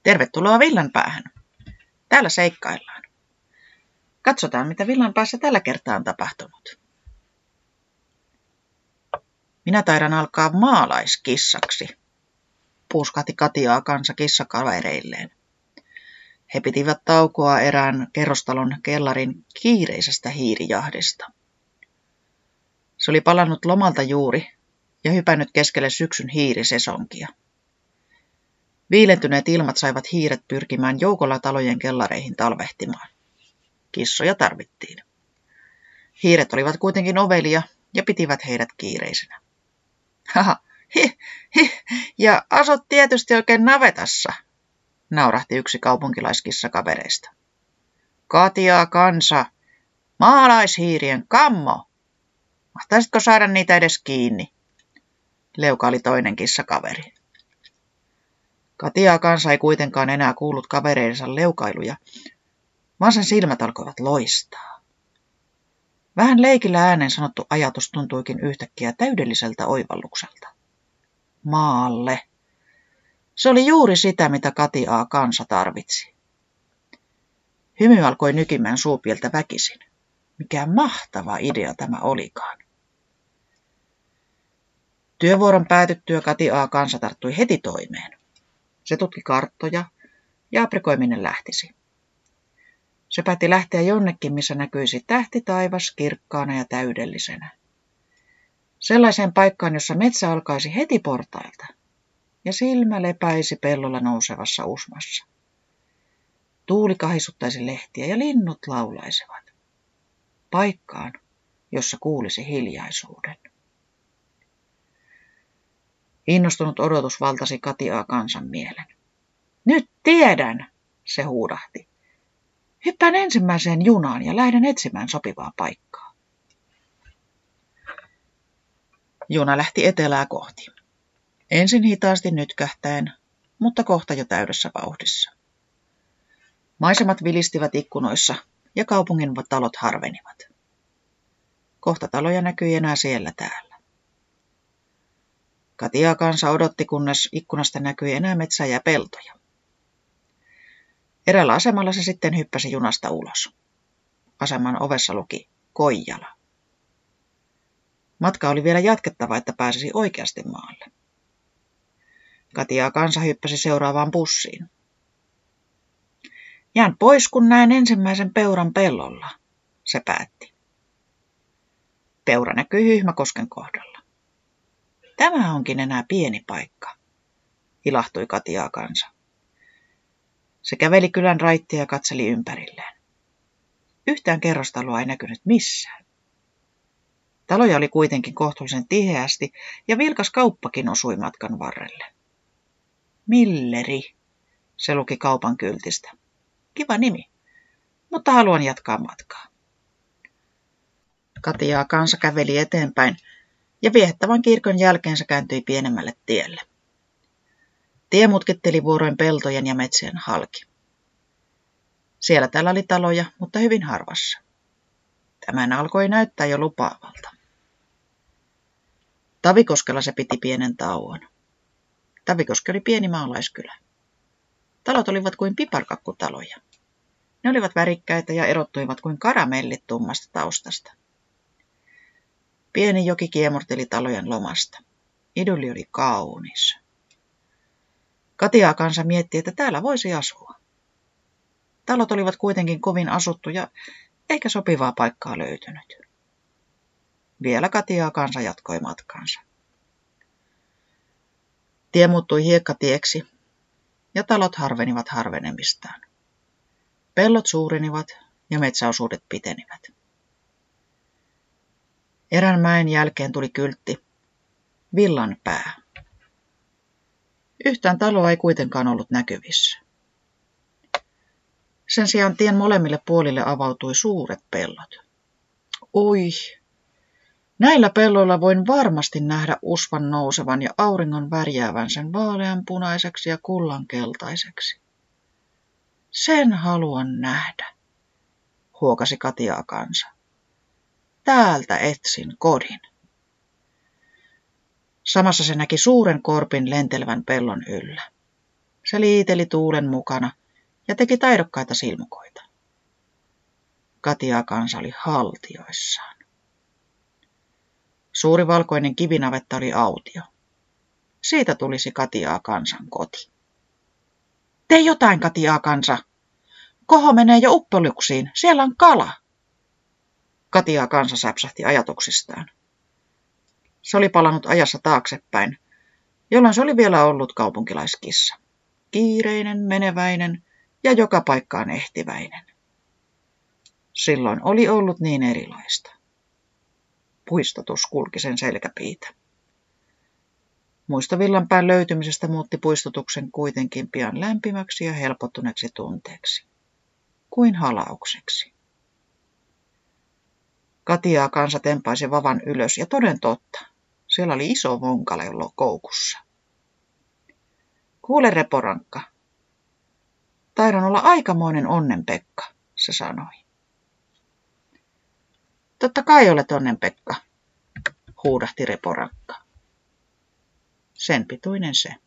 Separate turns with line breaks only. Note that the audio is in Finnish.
Tervetuloa Villanpäähän. Täällä seikkaillaan. Katsotaan, mitä Villanpäässä tällä kertaa on tapahtunut. Minä taidan alkaa maalaiskissaksi, puuskahti Katiaa kansa kissakavereilleen. He pitivät taukoa erään kerrostalon kellarin kiireisestä hiirijahdista. Se oli palannut lomalta juuri ja hypännyt keskelle syksyn hiirisesonkia. Viilentyneet ilmat saivat hiiret pyrkimään joukolla talojen kellareihin talvehtimaan. Kissoja tarvittiin. Hiiret olivat kuitenkin ovelia ja pitivät heidät kiireisenä. Haha, ja asut tietysti oikein navetassa, naurahti yksi kaupunkilaiskissakavereista. Katiaa kansa, maalaishiirien kammo. Mahtaisitko saada niitä edes kiinni? Leukaili toinen kissakaveri. Katiaa kansa ei kuitenkaan enää kuullut kavereidensa leukailuja, vaan sen silmät alkoivat loistaa. Vähän leikillä ääneen sanottu ajatus tuntuikin yhtäkkiä täydelliseltä oivallukselta. Maalle. Se oli juuri sitä, mitä Katiaa kansa tarvitsi. Hymy alkoi nykimään suupieltä väkisin. Mikä mahtava idea tämä olikaan. Työvuoron päätyttyä Katiaa kansa tarttui heti toimeen. Se tutki karttoja ja aprikoiminen lähtisi. Se päätti lähteä jonnekin, missä näkyisi tähtitaivas kirkkaana ja täydellisenä. Sellaiseen paikkaan, jossa metsä alkaisi heti portailta ja silmä lepäisi pellolla nousevassa usmassa. Tuuli kahisuttaisi lehtiä ja linnut laulaisevat. Paikkaan, jossa kuulisi hiljaisuuden. Innostunut odotus valtasi Katiaa kansan mielen. Nyt tiedän, se huudahti. Hyppään ensimmäiseen junaan ja lähden etsimään sopivaa paikkaa. Juna lähti etelää kohti. Ensin hitaasti nytkähtäen, mutta kohta jo täydessä vauhdissa. Maisemat vilistivät ikkunoissa ja kaupungin talot harvenivat. Kohta taloja näkyi enää siellä täällä. Katiaa kansa odotti, kunnes ikkunasta näkyi enää metsää ja peltoja. Eräällä asemalla se sitten hyppäsi junasta ulos. Aseman ovessa luki Koijala. Matka oli vielä jatkettava, että pääsisi oikeasti maalle. Katiaa kansa hyppäsi seuraavaan bussiin. Jään pois, kun näen ensimmäisen peuran pellolla, se päätti. Peura näkyi Hyhmäkosken kohdalla. Tämä onkin enää pieni paikka, ilahtui Katiaa kansa. Se käveli kylän raittia ja katseli ympärilleen. Yhtään kerrostaloa ei näkynyt missään. Taloja oli kuitenkin kohtuullisen tiheästi ja vilkas kauppakin osui matkan varrelle. Milleri, se luki kaupan kyltistä. Kiva nimi, mutta haluan jatkaa matkaa. Katiaa kansa käveli eteenpäin ja viehättävän kirkon jälkeen se kääntyi pienemmälle tielle. Tie mutkitteli vuoroin peltojen ja metsien halki. Siellä täällä oli taloja, mutta hyvin harvassa. Tämän alkoi näyttää jo lupaavalta. Tavikoskella se piti pienen tauon. Tavikoski oli pieni maalaiskylä. Talot olivat kuin piparkakkutaloja. Ne olivat värikkäitä ja erottuivat kuin karamellit tummasta taustasta. Pieni joki kiemurteli talojen lomasta. Idylli oli kaunis. Katiaa kansa mietti, että täällä voisi asua. Talot olivat kuitenkin kovin asuttuja, eikä sopivaa paikkaa löytynyt. Vielä Katiaa kansa jatkoi matkaansa. Tie muuttui hiekkatieksi, ja talot harvenivat harvenemistaan. Pellot suurenivat ja metsäosuudet pitenivät. Erään mäen jälkeen tuli kyltti Villanpää. Yhtään taloa ei kuitenkaan ollut näkyvissä. Sen sijaan tien molemmille puolille avautui suuret pellot. Oi! Näillä pelloilla voin varmasti nähdä usvan nousevan ja auringon värjäävän sen vaaleanpunaiseksi ja kullankeltaiseksi. Sen haluan nähdä, huokasi Katiaa kansa. Täältä etsin kodin. Samassa se näki suuren korpin lentelevän pellon yllä. Se liiteli tuulen mukana ja teki taidokkaita silmukoita. Katiakansa oli haltioissaan. Suuri valkoinen kivinavetta oli autio. Siitä tulisi Katiakansan koti. Tee jotain, Katiakansa! Koho menee jo uppoluksiin, siellä on kala! Katiakansa säpsähti ajatuksistaan. Se oli palannut ajassa taaksepäin, jolloin se oli vielä ollut kaupunkilaiskissa. Kiireinen, meneväinen ja joka paikkaan ehtiväinen. Silloin oli ollut niin erilaista. Puistotus kulki sen selkäpiitä. Muisto Villanpään löytymisestä muutti puistotuksen kuitenkin pian lämpimäksi ja helpottuneeksi tunteeksi. Kuin halaukseksi. Katiakansa tempaisi vavan ylös ja toden totta, siellä oli iso vonkaleulo koukussa. Kuule, Reporankka, taidan olla aikamoinen onnenpekka, se sanoi. Totta kai olet onnenpekka, huudahti Reporankka. Sen pituinen se.